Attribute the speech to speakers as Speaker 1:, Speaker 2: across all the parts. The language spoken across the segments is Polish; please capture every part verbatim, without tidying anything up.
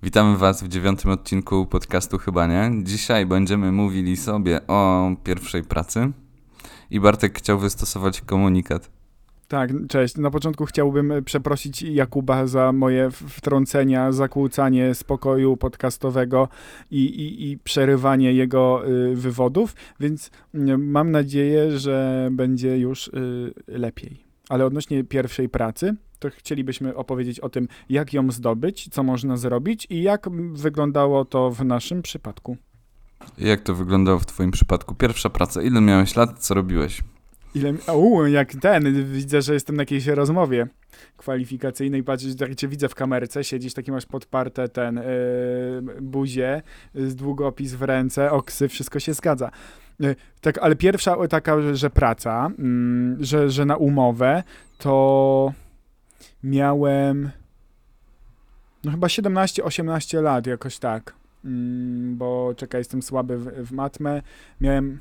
Speaker 1: Witamy Was w dziewiątym odcinku podcastu Chyba Nie. Dzisiaj będziemy mówili sobie o pierwszej pracy i Bartek chciał wystosować komunikat.
Speaker 2: Tak, cześć. Na początku chciałbym przeprosić Jakuba za moje wtrącenia, zakłócanie spokoju podcastowego i, i, i przerywanie jego y, wywodów, więc y, mam nadzieję, że będzie już y, lepiej. Ale odnośnie pierwszej pracy, to chcielibyśmy opowiedzieć o tym, jak ją zdobyć, co można zrobić i jak wyglądało to w naszym przypadku.
Speaker 1: Jak to wyglądało w Twoim przypadku? Pierwsza praca. Ile miałeś lat? Co robiłeś?
Speaker 2: Ile, u, jak ten, widzę, że jestem na jakiejś rozmowie kwalifikacyjnej, patrzysz, jak cię widzę w kamerce, siedzisz, taki masz podparte ten yy, buzię, z długopis w ręce, oksy, wszystko się zgadza. Yy, tak, ale pierwsza taka, że praca, yy, że, że na umowę, to miałem no chyba siedemnaście osiemnaście lat, jakoś tak, yy, bo czekaj, jestem słaby w, w matmę, miałem...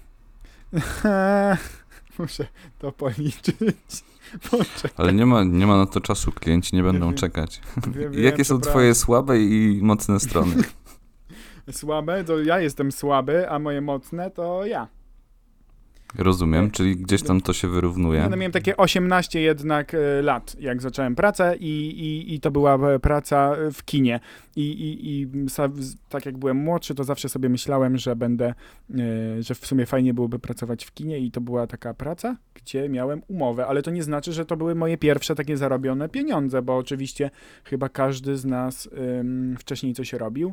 Speaker 2: Muszę to policzyć. Poczekaj.
Speaker 1: Ale nie ma, nie ma na to czasu, klienci nie będą
Speaker 2: Wiem,
Speaker 1: czekać.
Speaker 2: wiem, wiem,
Speaker 1: Jakie są
Speaker 2: prawda.
Speaker 1: Twoje słabe i mocne strony?
Speaker 2: Słabe? To ja jestem słaby, a moje mocne to ja.
Speaker 1: Rozumiem, czyli gdzieś tam to się wyrównuje.
Speaker 2: No, miałem takie osiemnaście jednak y, lat, jak zacząłem pracę i, i, i to była praca w kinie. I, i, i sa, tak jak byłem młodszy, to zawsze sobie myślałem, że będę, y, że w sumie fajnie byłoby pracować w kinie i to była taka praca, gdzie miałem umowę, ale to nie znaczy, że to były moje pierwsze takie zarobione pieniądze, bo oczywiście chyba każdy z nas y, wcześniej coś robił.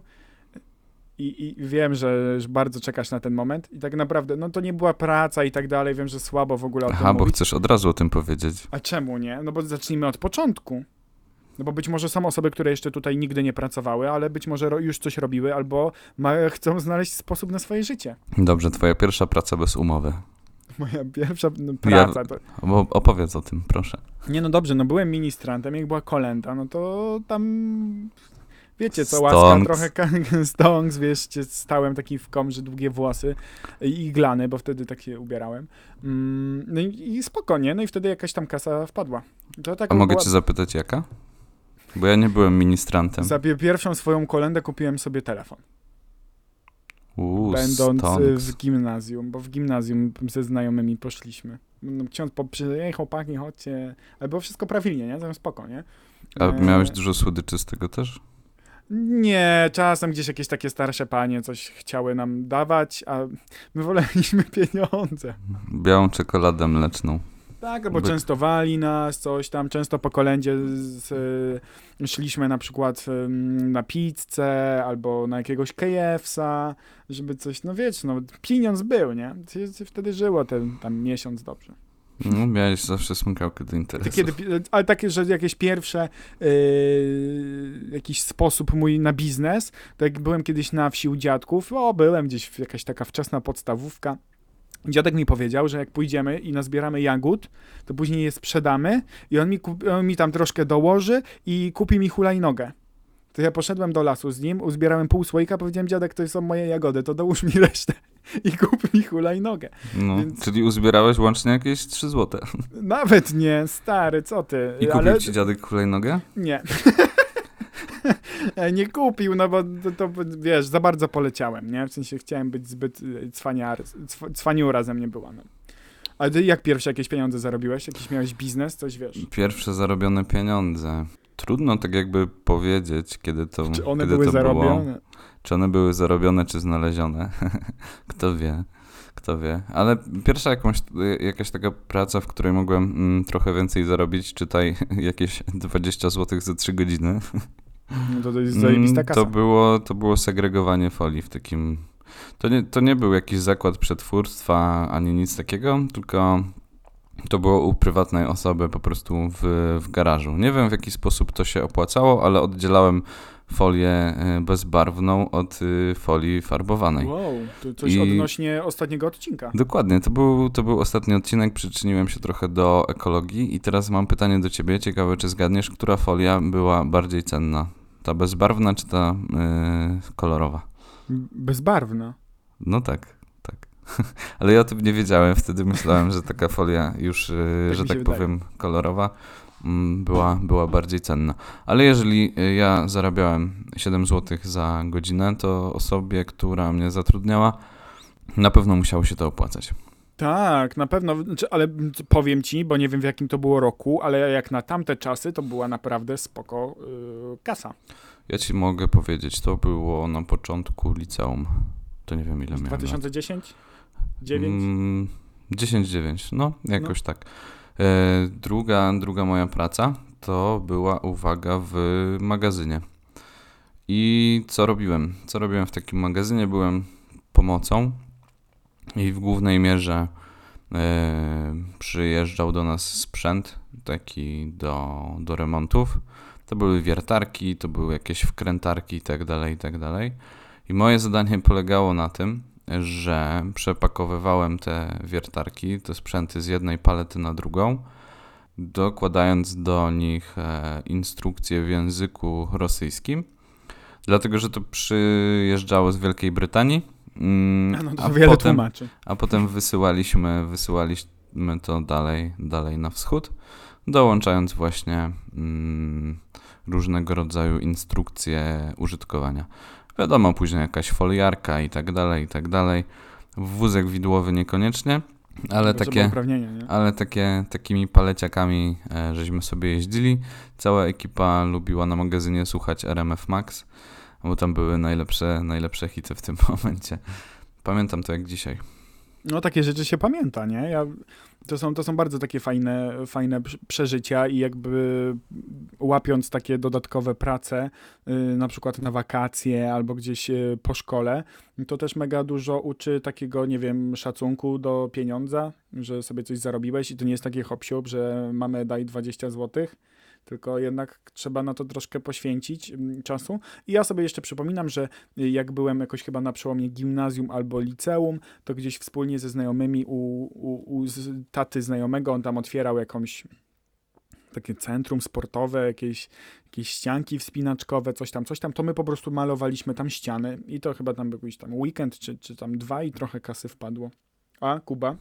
Speaker 2: I, I wiem, że, że bardzo czekasz na ten moment i tak naprawdę, no to nie była praca i tak dalej, wiem, że słabo w ogóle o tym
Speaker 1: Aha, bo
Speaker 2: mówić.
Speaker 1: chcesz od razu o tym powiedzieć.
Speaker 2: A czemu nie? No bo zacznijmy od początku. No bo być może są osoby, które jeszcze tutaj nigdy nie pracowały, ale być może ro- już coś robiły albo ma, chcą znaleźć sposób na swoje życie.
Speaker 1: Dobrze, Twoja pierwsza praca bez umowy.
Speaker 2: Moja pierwsza no, praca
Speaker 1: Ja,
Speaker 2: to...
Speaker 1: Bo opowiedz o tym, proszę.
Speaker 2: Nie, no dobrze, no byłem ministrantem, jak była kolęda, no to tam... Wiecie co,
Speaker 1: Stonks.
Speaker 2: łaska, trochę ka- stonks, wiesz, stałem taki w komrze, długie włosy i iglany, bo wtedy tak się ubierałem. Mm, no i, i spokojnie, no i wtedy jakaś tam kasa wpadła. To tak
Speaker 1: A mogę
Speaker 2: była...
Speaker 1: cię zapytać jaka? Bo ja nie byłem ministrantem.
Speaker 2: Za pi- pierwszą swoją kolędę kupiłem sobie telefon.
Speaker 1: Uuu,
Speaker 2: Będąc
Speaker 1: stonks.
Speaker 2: w gimnazjum, bo w gimnazjum ze znajomymi poszliśmy. No, ksiądz poprzy, ej chłopaki, chodźcie, ale było wszystko prawilnie, nie? Zamiast spoko, nie?
Speaker 1: A
Speaker 2: E,
Speaker 1: miałeś dużo słodyczy z tego też?
Speaker 2: Nie, czasem gdzieś jakieś takie starsze panie coś chciały nam dawać, a my woleliśmy pieniądze.
Speaker 1: Białą czekoladę mleczną.
Speaker 2: Tak, albo
Speaker 1: By-
Speaker 2: częstowali nas, coś tam, często po kolędzie z, y, szliśmy na przykład y, na pizzę, albo na jakiegoś K F C-a, żeby coś, no wiecie, no pieniądz był, nie? Się, się wtedy żyło ten tam miesiąc dobrze.
Speaker 1: No, miałeś zawsze smykałkę do
Speaker 2: Ty
Speaker 1: interesów.
Speaker 2: kiedy, ale takie, że jakieś pierwsze y, jakiś sposób mój na biznes, to jak byłem kiedyś na wsi u dziadków, o, byłem gdzieś, jakaś taka wczesna podstawówka. Dziadek mi powiedział, że jak pójdziemy i nazbieramy jagód, to później je sprzedamy i on mi, kup, on mi tam troszkę dołoży i kupi mi hulajnogę. To ja poszedłem do lasu z nim, uzbierałem pół słoika, powiedziałem, dziadek, to są moje jagody, to dołóż mi resztę i kup mi hulajnogę.
Speaker 1: No,
Speaker 2: Więc-
Speaker 1: czyli uzbierałeś łącznie jakieś trzy złote.
Speaker 2: Nawet nie, stary, co ty?
Speaker 1: I kupił
Speaker 2: Ale
Speaker 1: ci dziadek hulajnogę?
Speaker 2: nie. Nie kupił, no bo to, to, wiesz, za bardzo poleciałem, nie? W sensie chciałem być zbyt y, cwaniar, cw, cwaniura ze mnie była, no. Ale ty jak pierwsze jakieś pieniądze zarobiłeś? Jakiś miałeś biznes, coś wiesz?
Speaker 1: Pierwsze zarobione pieniądze. Trudno tak jakby powiedzieć, kiedy to,
Speaker 2: Czy one
Speaker 1: kiedy
Speaker 2: były
Speaker 1: to było.
Speaker 2: zarobione?
Speaker 1: Czy one były zarobione, czy znalezione. Kto wie, kto wie. Ale pierwsza jakąś, jakaś taka praca, w której mogłem mm, trochę więcej zarobić, czytaj jakieś dwadzieścia złotych za trzy godziny.
Speaker 2: No to, to jest zajebista
Speaker 1: Mm,
Speaker 2: kasa.
Speaker 1: To było, to było segregowanie folii w takim... To nie, to nie był jakiś zakład przetwórstwa, ani nic takiego, tylko to było u prywatnej osoby po prostu w, w garażu. Nie wiem, w jaki sposób to się opłacało, ale oddzielałem folię y, bezbarwną od y, folii farbowanej.
Speaker 2: Wow, to coś
Speaker 1: I-
Speaker 2: odnośnie ostatniego odcinka.
Speaker 1: Dokładnie, to był, to był ostatni odcinek, przyczyniłem się trochę do ekologii i teraz mam pytanie do ciebie, ciekawe czy zgadniesz, która folia była bardziej cenna? Ta bezbarwna czy ta y, kolorowa?
Speaker 2: Bezbarwna.
Speaker 1: No tak, tak. Ale ja o tym nie wiedziałem, wtedy myślałem, że taka folia już, y,
Speaker 2: Tak
Speaker 1: że
Speaker 2: mi się
Speaker 1: tak
Speaker 2: wydaje.
Speaker 1: powiem, kolorowa mm, była, była bardziej cenna. Ale jeżeli y, ja zarabiałem siedem złotych za godzinę, to osobie, która mnie zatrudniała, na pewno musiało się to opłacać.
Speaker 2: Tak, na pewno, znaczy, ale powiem ci, bo nie wiem w jakim to było roku, ale jak na tamte czasy, to była naprawdę spoko yy, kasa.
Speaker 1: Ja ci mogę powiedzieć, to było na początku liceum. To nie wiem ile miałem
Speaker 2: dwa tysiące dziesiąty? dziewięć?
Speaker 1: Mm, dziesięć dziewięć, no jakoś no. tak. E, druga, druga moja praca to była, uwaga, w magazynie. I co robiłem? Co robiłem w takim magazynie? Byłem pomocą i w głównej mierze e, przyjeżdżał do nas sprzęt taki do, do remontów. To były wiertarki, to były jakieś wkrętarki i tak dalej, i tak dalej. I moje zadanie polegało na tym, że przepakowywałem te wiertarki, te sprzęty z jednej palety na drugą, dokładając do nich e, instrukcje w języku rosyjskim, dlatego że to przyjeżdżało z Wielkiej Brytanii, mm,
Speaker 2: A, no to
Speaker 1: a,
Speaker 2: wiele
Speaker 1: potem,
Speaker 2: tłumaczy.
Speaker 1: a potem wysyłaliśmy, wysyłaliśmy to dalej, dalej na wschód, dołączając właśnie mm, różnego rodzaju instrukcje użytkowania. Wiadomo, później jakaś foliarka i tak dalej, i tak dalej. Wózek widłowy niekoniecznie, ale
Speaker 2: Bo
Speaker 1: takie,
Speaker 2: uprawnienia, nie?
Speaker 1: ale takie, takimi paleciakami e, żeśmy sobie jeździli. Cała ekipa lubiła na magazynie słuchać R M F Max, bo tam były najlepsze, najlepsze hity w tym momencie. Pamiętam to jak dzisiaj.
Speaker 2: No takie rzeczy się pamięta, nie? Ja, to, są, to są bardzo takie fajne, fajne przeżycia i jakby łapiąc takie dodatkowe prace, yy, na przykład na wakacje albo gdzieś yy, po szkole, to też mega dużo uczy takiego, nie wiem, szacunku do pieniądza, że sobie coś zarobiłeś i to nie jest takie hop-siup, że mamy daj dwadzieścia złotych, tylko jednak trzeba na to troszkę poświęcić mm, czasu. I ja sobie jeszcze przypominam, że y, jak byłem jakoś chyba na przełomie gimnazjum albo liceum, to gdzieś wspólnie ze znajomymi u, u, u z taty znajomego, on tam otwierał jakąś takie centrum sportowe, jakieś, jakieś ścianki wspinaczkowe, coś tam, coś tam, to my po prostu malowaliśmy tam ściany i to chyba tam był jakiś tam weekend, czy, czy tam dwa i trochę kasy wpadło. A, Kuba?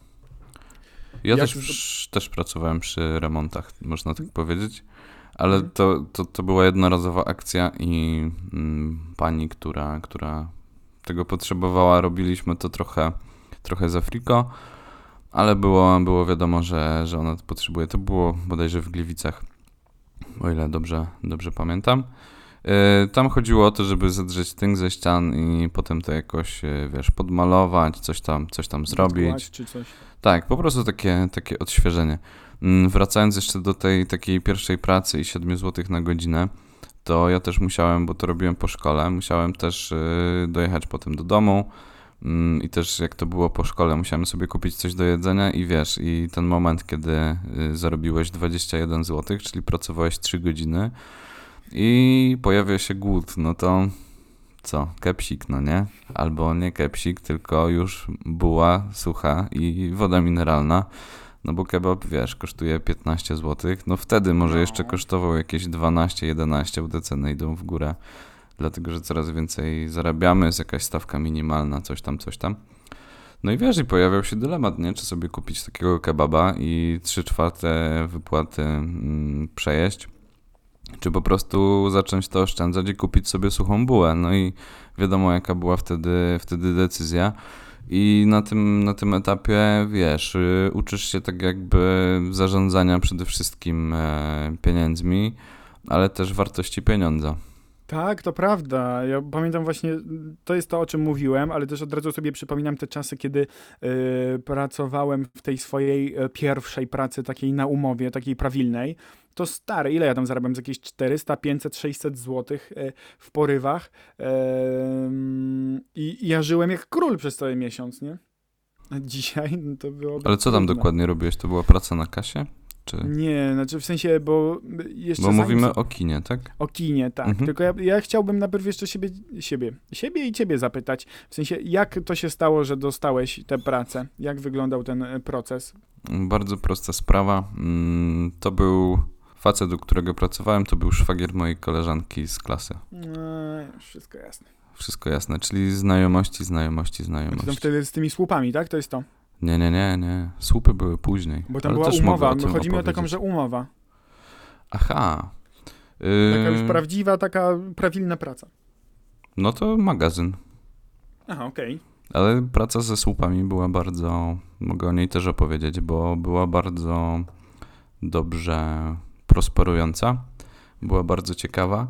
Speaker 1: Ja
Speaker 2: Jak
Speaker 1: też,
Speaker 2: z-
Speaker 1: przy, też pracowałem przy remontach, można tak powiedzieć, ale
Speaker 2: Mhm.
Speaker 1: to, to, to była jednorazowa akcja i mm, pani, która, która tego potrzebowała, robiliśmy to trochę, trochę za friko, ale było, było wiadomo, że, że ona to potrzebuje. To było bodajże w Gliwicach, o ile dobrze, dobrze pamiętam. Yy, Tam chodziło o to, żeby zedrzeć tynk ze ścian i potem to jakoś, yy, wiesz, podmalować, coś tam, coś tam zrobić.
Speaker 2: Odkładź czy coś.
Speaker 1: Tak, po prostu takie, takie odświeżenie. Mm, Wracając jeszcze do tej takiej pierwszej pracy i siedem złotych na godzinę, to ja też musiałem, bo to robiłem po szkole, musiałem też yy, dojechać potem do domu mm, i też jak to było po szkole, musiałem sobie kupić coś do jedzenia i wiesz, i ten moment, kiedy yy, zarobiłeś dwadzieścia jeden złotych, czyli pracowałeś trzy godziny i pojawia się głód, no to co? Kepsik, no nie? Albo nie kepsik, tylko już buła sucha i woda mineralna. No bo kebab, wiesz, kosztuje piętnaście złotych. No wtedy może
Speaker 2: No.
Speaker 1: jeszcze kosztował jakieś dwanaście jedenaście, bo te ceny idą w górę. Dlatego, że coraz więcej zarabiamy, jest jakaś stawka minimalna, coś tam, coś tam. No i wiesz, i pojawiał się dylemat, nie? Czy sobie kupić takiego kebaba i trzy czwarte wypłaty mm, przejeść, czy po prostu zacząć to oszczędzać i kupić sobie suchą bułę. No i wiadomo, jaka była wtedy, wtedy decyzja. I na tym, na tym etapie, wiesz, y, uczysz się tak jakby zarządzania przede wszystkim e, pieniędzmi, ale też wartości pieniądza.
Speaker 2: Tak, to prawda. Ja pamiętam właśnie, to jest to, o czym mówiłem, ale też od razu sobie przypominam te czasy, kiedy y, pracowałem w tej swojej y, pierwszej pracy, takiej na umowie, takiej prawilnej. To stary, ile ja tam zarabiam? Z jakieś czterysta, pięćset, sześćset złotych y, w porywach. Ym, I ja żyłem jak król przez cały miesiąc, nie? A dzisiaj no to było.
Speaker 1: Ale co tam dokładnie robiłeś? To była praca na kasie? Czy...
Speaker 2: Nie, znaczy w sensie, bo jeszcze
Speaker 1: Bo
Speaker 2: zanim
Speaker 1: mówimy
Speaker 2: so-
Speaker 1: o kinie, tak?
Speaker 2: o kinie, tak.
Speaker 1: Mhm.
Speaker 2: Tylko ja, ja chciałbym najpierw jeszcze siebie, siebie, siebie i ciebie zapytać. W sensie, jak to się stało, że dostałeś tę pracę? Jak wyglądał ten e, proces?
Speaker 1: Bardzo prosta sprawa. Mm, To był facet, u którego pracowałem, to był szwagier mojej koleżanki z klasy.
Speaker 2: No, już wszystko jasne.
Speaker 1: wszystko jasne, czyli znajomości, znajomości,
Speaker 2: To tam
Speaker 1: znajomości.
Speaker 2: wtedy z tymi słupami, tak? To jest to.
Speaker 1: Nie, nie, nie, nie. Słupy były później.
Speaker 2: Bo tam
Speaker 1: ale
Speaker 2: była
Speaker 1: też mogę
Speaker 2: umowa.
Speaker 1: o tym
Speaker 2: Chodzi mi o taką,
Speaker 1: opowiedzieć.
Speaker 2: że umowa.
Speaker 1: Aha.
Speaker 2: Taka już
Speaker 1: Yy,
Speaker 2: prawdziwa, taka prawilna praca.
Speaker 1: No to magazyn.
Speaker 2: Aha, okej.
Speaker 1: Ale praca ze słupami była bardzo, mogę o niej też opowiedzieć, bo była bardzo dobrze prosperująca, była bardzo ciekawa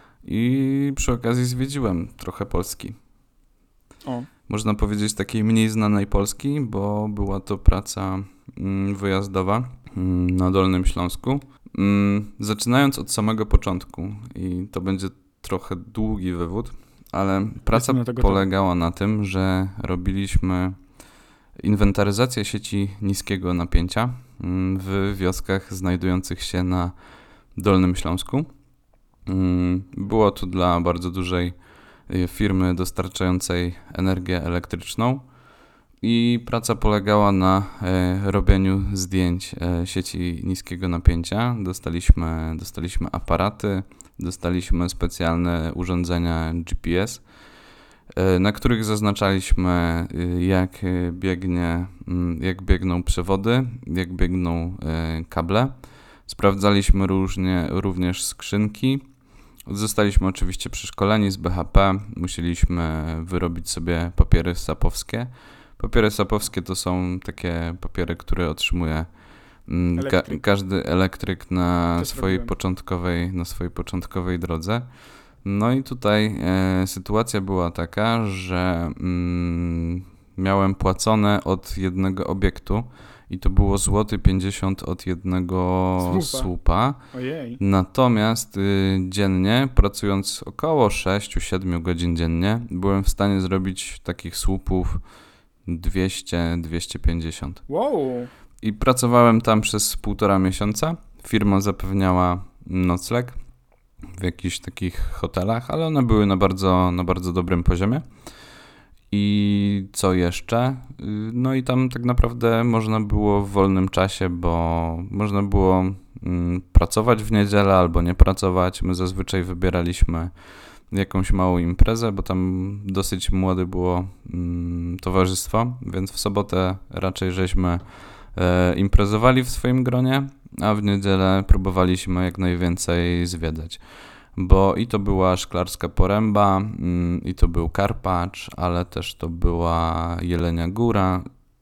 Speaker 1: i przy okazji zwiedziłem trochę Polski.
Speaker 2: O,
Speaker 1: Można powiedzieć takiej mniej znanej Polski, bo była to praca mm, wyjazdowa mm, na Dolnym Śląsku. Mm, Zaczynając od samego początku i to będzie trochę długi wywód, ale praca
Speaker 2: Jestem na to gotowy.
Speaker 1: polegała na tym, że robiliśmy inwentaryzację sieci niskiego napięcia mm, w wioskach znajdujących się na Dolnym Śląsku. Mm, Było to dla bardzo dużej y, firmy dostarczającej energię elektryczną i praca polegała na e, robieniu zdjęć e, sieci niskiego napięcia. Dostaliśmy, dostaliśmy aparaty, dostaliśmy specjalne urządzenia G P S, e, na których zaznaczaliśmy y, jak y, biegnie, mm, jak biegną przewody, jak biegną e, kable. Sprawdzaliśmy różnie, również skrzynki. Zostaliśmy oczywiście przeszkoleni z B H P. Musieliśmy wyrobić sobie papiery sapowskie. Papiery sapowskie to są takie papiery, które otrzymuje mm, ka-
Speaker 2: Elektryk.
Speaker 1: każdy elektryk na
Speaker 2: Też
Speaker 1: swojej
Speaker 2: robiłem.
Speaker 1: początkowej, na swojej początkowej drodze. No i tutaj e, sytuacja była taka, że mm, miałem płacone od jednego obiektu i to było złoty pięćdziesiąt od jednego
Speaker 2: Słupa.
Speaker 1: słupa.
Speaker 2: ojej.
Speaker 1: Natomiast y, dziennie, pracując około sześć siedem godzin dziennie, byłem w stanie zrobić takich słupów dwieście dwieście pięćdziesiąt.
Speaker 2: Wow.
Speaker 1: I pracowałem tam przez półtora miesiąca. Firma zapewniała nocleg w jakichś takich hotelach, ale one były na bardzo, na bardzo dobrym poziomie. I co jeszcze? Y, No i tam tak naprawdę można było w wolnym czasie, bo można było mm, pracować w niedzielę albo nie pracować. My zazwyczaj wybieraliśmy jakąś małą imprezę, bo tam dosyć młode było mm, towarzystwo, więc w sobotę raczej żeśmy e, imprezowali w swoim gronie, a w niedzielę próbowaliśmy jak najwięcej zwiedzać. Bo i to była Szklarska Poręba, mm, i to był Karpacz, ale też to była Jelenia Góra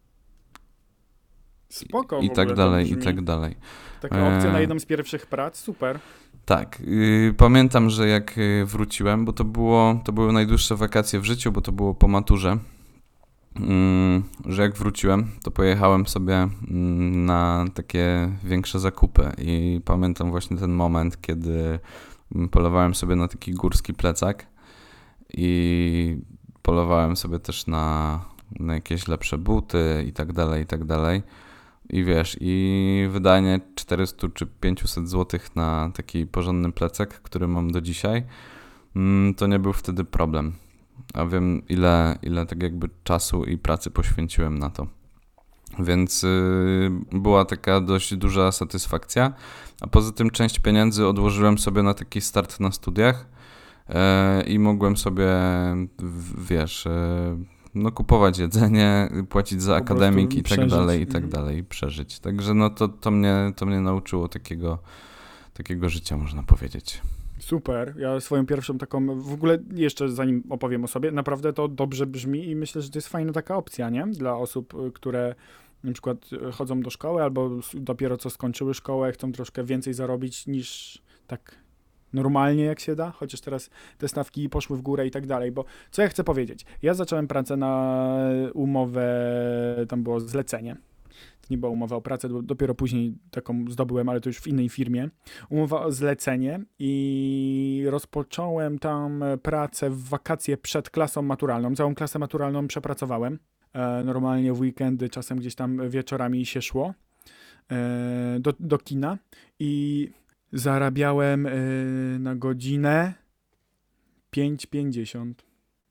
Speaker 2: Spoko
Speaker 1: i
Speaker 2: w
Speaker 1: tak
Speaker 2: ogóle to
Speaker 1: dalej, i
Speaker 2: brzmi.
Speaker 1: tak dalej.
Speaker 2: Taka opcja na
Speaker 1: Eee.
Speaker 2: jedną z pierwszych prac, super.
Speaker 1: Tak, yy, pamiętam, że jak yy, wróciłem, bo to było, to były najdłuższe wakacje w życiu, bo to było po maturze, yy, że jak wróciłem, to pojechałem sobie yy, na takie większe zakupy i pamiętam właśnie ten moment, kiedy polowałem sobie na taki górski plecak i polowałem sobie też na, na jakieś lepsze buty i tak dalej, i tak dalej. I wiesz, i wydanie czterysta czy pięćset złotych na taki porządny plecak, który mam do dzisiaj, mm, to nie był wtedy problem. A wiem, ile, ile tak jakby czasu i pracy poświęciłem na to. Więc y, była taka dość duża satysfakcja. A poza tym część pieniędzy odłożyłem sobie na taki start na studiach e, i mogłem sobie, w, wiesz, e, no kupować jedzenie, płacić za
Speaker 2: Po prostu
Speaker 1: akademik i tak
Speaker 2: przeżyć.
Speaker 1: dalej, i tak
Speaker 2: Mhm.
Speaker 1: dalej, przeżyć. Także no to, to, mnie, to mnie nauczyło takiego, takiego życia, można powiedzieć.
Speaker 2: Super. Ja swoją pierwszą taką, w ogóle jeszcze zanim opowiem o sobie, naprawdę to dobrze brzmi i myślę, że to jest fajna taka opcja, nie? Dla osób, y, które na przykład y, chodzą do szkoły albo s- dopiero co skończyły szkołę, chcą troszkę więcej zarobić niż tak normalnie jak się da, chociaż teraz te stawki poszły w górę i tak dalej, bo co ja chcę powiedzieć? Ja zacząłem pracę na umowę, tam było zlecenie. To nie była umowa o pracę, do- dopiero później taką zdobyłem, ale to już w innej firmie. Umowa o zlecenie i rozpocząłem tam pracę w wakacje przed klasą maturalną. Całą klasę maturalną przepracowałem. E, normalnie w weekendy, czasem gdzieś tam wieczorami się szło e, do, do kina i zarabiałem e, na godzinę pięć pięćdziesiąt.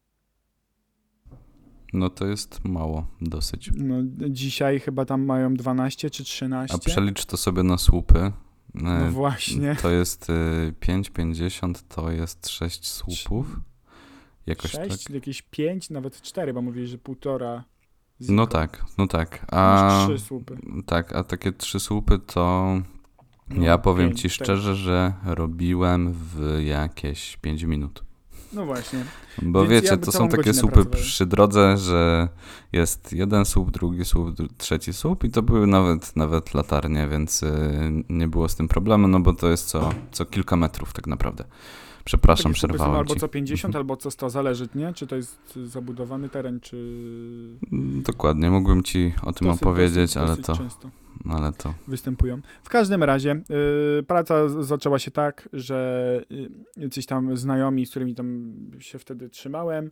Speaker 1: No to jest mało, dosyć.
Speaker 2: No, dzisiaj chyba tam mają dwanaście czy trzynaście.
Speaker 1: A przelicz to sobie na słupy.
Speaker 2: No
Speaker 1: E,
Speaker 2: właśnie.
Speaker 1: To jest y, pięć pięćdziesiąt, to jest sześć słupów. Jakoś
Speaker 2: sześć,
Speaker 1: tak.
Speaker 2: jakieś pięć, nawet cztery, bo mówisz, że półtora.
Speaker 1: No
Speaker 2: ziko.
Speaker 1: tak, no tak.
Speaker 2: Masz
Speaker 1: A
Speaker 2: trzy słupy.
Speaker 1: tak, a takie trzy słupy to
Speaker 2: No,
Speaker 1: ja powiem
Speaker 2: pięć,
Speaker 1: ci
Speaker 2: cztery.
Speaker 1: szczerze, że robiłem w jakieś pięć minut.
Speaker 2: No właśnie.
Speaker 1: Bo
Speaker 2: Więc
Speaker 1: wiecie,
Speaker 2: ja
Speaker 1: to są
Speaker 2: całą
Speaker 1: takie
Speaker 2: godzinę
Speaker 1: słupy
Speaker 2: pracowałem.
Speaker 1: przy drodze, że jest jeden słup, drugi słup, dru- trzeci słup i to były nawet, nawet latarnie, więc y, nie było z tym problemu, no bo to jest co, co kilka metrów tak naprawdę. Przepraszam,
Speaker 2: Takie słupy są
Speaker 1: przerwałem
Speaker 2: albo
Speaker 1: ci.
Speaker 2: co pięćdziesiąt,
Speaker 1: Mhm.
Speaker 2: albo co sto, zależy, nie? Czy to jest zabudowany teren, czy...
Speaker 1: Dokładnie, mógłbym ci o tym
Speaker 2: Dosyć,
Speaker 1: opowiedzieć,
Speaker 2: dosyć,
Speaker 1: ale
Speaker 2: dosyć
Speaker 1: to,
Speaker 2: często
Speaker 1: ale to...
Speaker 2: występują. W każdym razie yy, praca z- zaczęła się tak, że yy, jacyś tam znajomi, z którymi tam się wtedy trzymałem,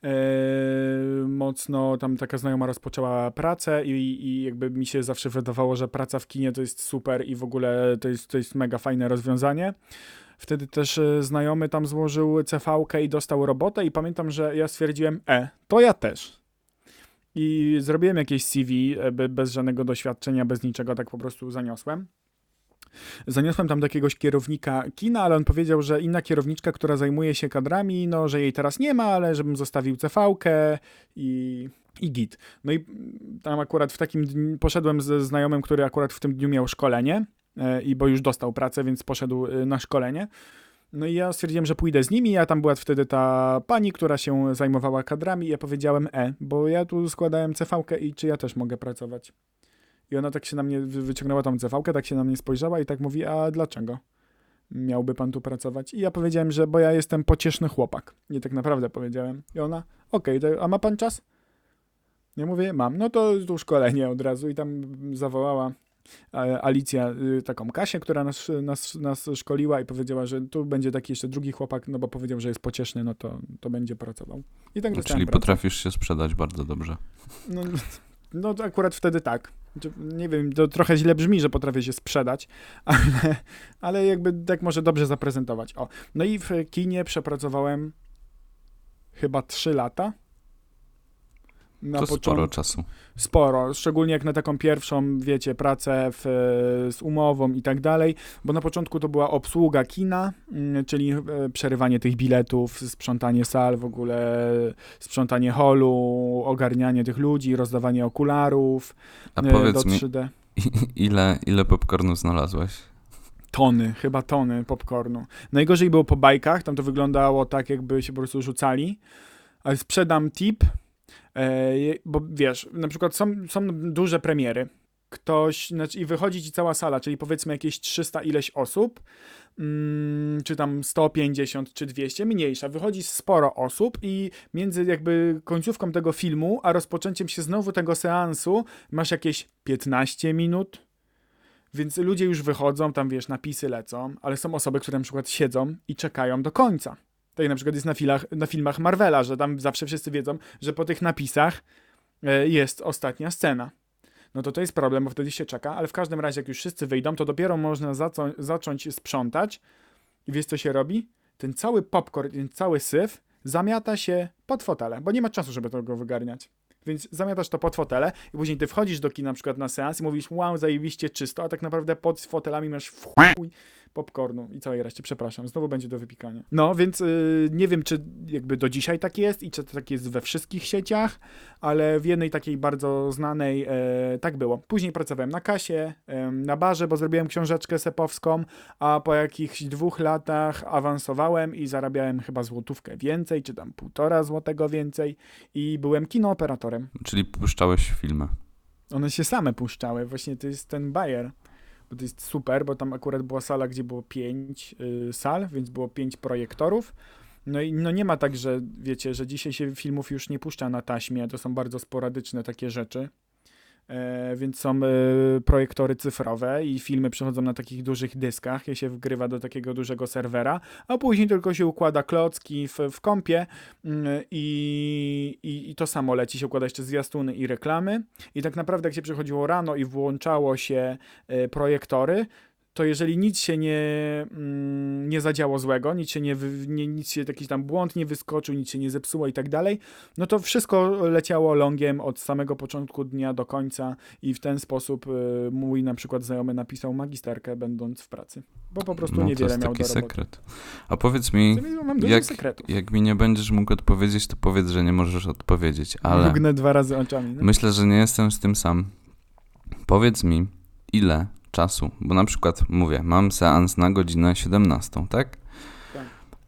Speaker 2: yy, mocno tam taka znajoma rozpoczęła pracę i, i jakby mi się zawsze wydawało, że praca w kinie to jest super i w ogóle to jest, to jest mega fajne rozwiązanie. Wtedy też e, znajomy tam złożył C V-kę i dostał robotę i pamiętam, że ja stwierdziłem, e, to ja też. I zrobiłem jakieś C V e, be- bez żadnego doświadczenia, bez niczego, tak po prostu zaniosłem. Zaniosłem tam do jakiegoś kierownika kina, ale on powiedział, że inna kierowniczka, która zajmuje się kadrami, no, że jej teraz nie ma, ale żebym zostawił C V-kę i, i git. No i tam akurat w takim dniu poszedłem ze znajomym, który akurat w tym dniu miał szkolenie, e, i bo już dostał pracę, więc poszedł e, na szkolenie. No i ja stwierdziłem, że pójdę z nimi, a tam była wtedy ta pani, która się zajmowała kadrami i ja powiedziałem, e, bo ja tu składałem C V-kę i czy ja też mogę pracować. I ona tak się na mnie wy- wyciągnęła tą C V-kę, tak się na mnie spojrzała i tak mówi, a dlaczego miałby pan tu pracować? I ja powiedziałem, że bo ja jestem pocieszny chłopak. Nie tak naprawdę powiedziałem. I ona, okej, to a ma pan czas? Ja mówię, mam. No to tu szkolenie od razu i tam zawołała e, Alicja, y, taką Kasię, która nas, nas, nas szkoliła i powiedziała, że tu będzie taki jeszcze drugi chłopak, no bo powiedział, że jest pocieszny, no to, to będzie pracował. I tak dostałem
Speaker 1: Czyli
Speaker 2: pracę.
Speaker 1: potrafisz się sprzedać bardzo dobrze.
Speaker 2: No, no to akurat wtedy tak. Znaczy, nie wiem, to trochę źle brzmi, że potrafię się sprzedać, ale, ale jakby tak może dobrze zaprezentować. O. No i w kinie przepracowałem chyba trzy lata. Na
Speaker 1: To
Speaker 2: początku
Speaker 1: sporo czasu.
Speaker 2: sporo, szczególnie jak na taką pierwszą, wiecie, pracę w, z umową i tak dalej, bo na początku to była obsługa kina, mm, czyli e, przerywanie tych biletów, sprzątanie sal, w ogóle sprzątanie holu, ogarnianie tych ludzi, rozdawanie okularów
Speaker 1: A
Speaker 2: e,
Speaker 1: powiedz
Speaker 2: do
Speaker 1: mi,
Speaker 2: trzy D.
Speaker 1: ile, ile popcornu znalazłeś?
Speaker 2: Tony, chyba tony popcornu. Najgorzej było po bajkach, tam to wyglądało tak, jakby się po prostu rzucali. Ale sprzedam tip, e, je- bo wiesz, na przykład są, są duże premiery. Ktoś, znaczy i wychodzi ci cała sala, czyli powiedzmy jakieś trzysta ileś osób, mm, czy tam sto pięćdziesiąt, czy dwieście, mniejsza. Wychodzi sporo osób i między jakby końcówką tego filmu, a rozpoczęciem się znowu tego seansu masz jakieś piętnaście minut, więc ludzie już wychodzą, tam wiesz, napisy lecą, ale są osoby, które na przykład siedzą i czekają do końca. Tak na przykład jest na, filach, na filmach Marvela, że tam zawsze wszyscy wiedzą, że po tych napisach e, jest ostatnia scena. No to to jest problem, bo wtedy się czeka, ale w każdym razie jak już wszyscy wyjdą, to dopiero można zaco- zacząć sprzątać i wiesz co się robi? Ten cały popcorn, ten cały syf zamiata się pod fotele, bo nie ma czasu, żeby tego wygarniać. Więc zamiatasz to pod fotele i później ty wchodzisz do kina na przykład na seans i mówisz, wow, zajebiście czysto, a tak naprawdę pod fotelami masz w chuj popcornu i całej reszcie, przepraszam, znowu będzie do wypikania. No, więc yy, nie wiem, czy jakby do dzisiaj tak jest i czy to tak jest we wszystkich sieciach, ale w jednej takiej bardzo znanej e, tak było. Później pracowałem na kasie, e, na barze, bo zrobiłem książeczkę sepowską, a po jakichś dwóch latach awansowałem i zarabiałem chyba złotówkę więcej, czy tam półtora złotego więcej i byłem kinooperatorem.
Speaker 1: Czyli puszczałeś filmy.
Speaker 2: One się same puszczały, właśnie to jest ten bajer. Bo to jest super, bo tam akurat była sala, gdzie było pięć y, sal, więc było pięć projektorów. No i no nie ma tak, że wiecie, że dzisiaj się filmów już nie puszcza na taśmie, to są bardzo sporadyczne takie rzeczy. E, więc są e, projektory cyfrowe i filmy przechodzą na takich dużych dyskach, je się wgrywa do takiego dużego serwera, a później tylko się układa klocki w, w kompie mm, i, i, i to samo leci, się układa jeszcze zwiastuny i reklamy i tak naprawdę jak się przychodziło rano i włączało się e, projektory, to jeżeli nic się nie, mm, nie zadziało złego, nic się nie, wy- nie, nic się, jakiś tam błąd nie wyskoczył, nic się nie zepsuło i tak dalej, no to wszystko leciało longiem od samego początku dnia do końca i w ten sposób y, mój na przykład znajomy napisał magisterkę, będąc w pracy, bo po prostu
Speaker 1: No to
Speaker 2: niewiele
Speaker 1: jest
Speaker 2: miał
Speaker 1: taki
Speaker 2: do roboty.
Speaker 1: sekret. A powiedz mi,
Speaker 2: Mam dużo
Speaker 1: jak,
Speaker 2: sekretów.
Speaker 1: jak mi nie będziesz mógł odpowiedzieć, to powiedz, że nie możesz odpowiedzieć, ale
Speaker 2: Mrugnę dwa razy oczami. No?
Speaker 1: myślę, że nie jestem z tym sam. Powiedz mi, ile czasu, bo na przykład mówię, mam seans na godzinę siedemnastą, tak?
Speaker 2: Tak.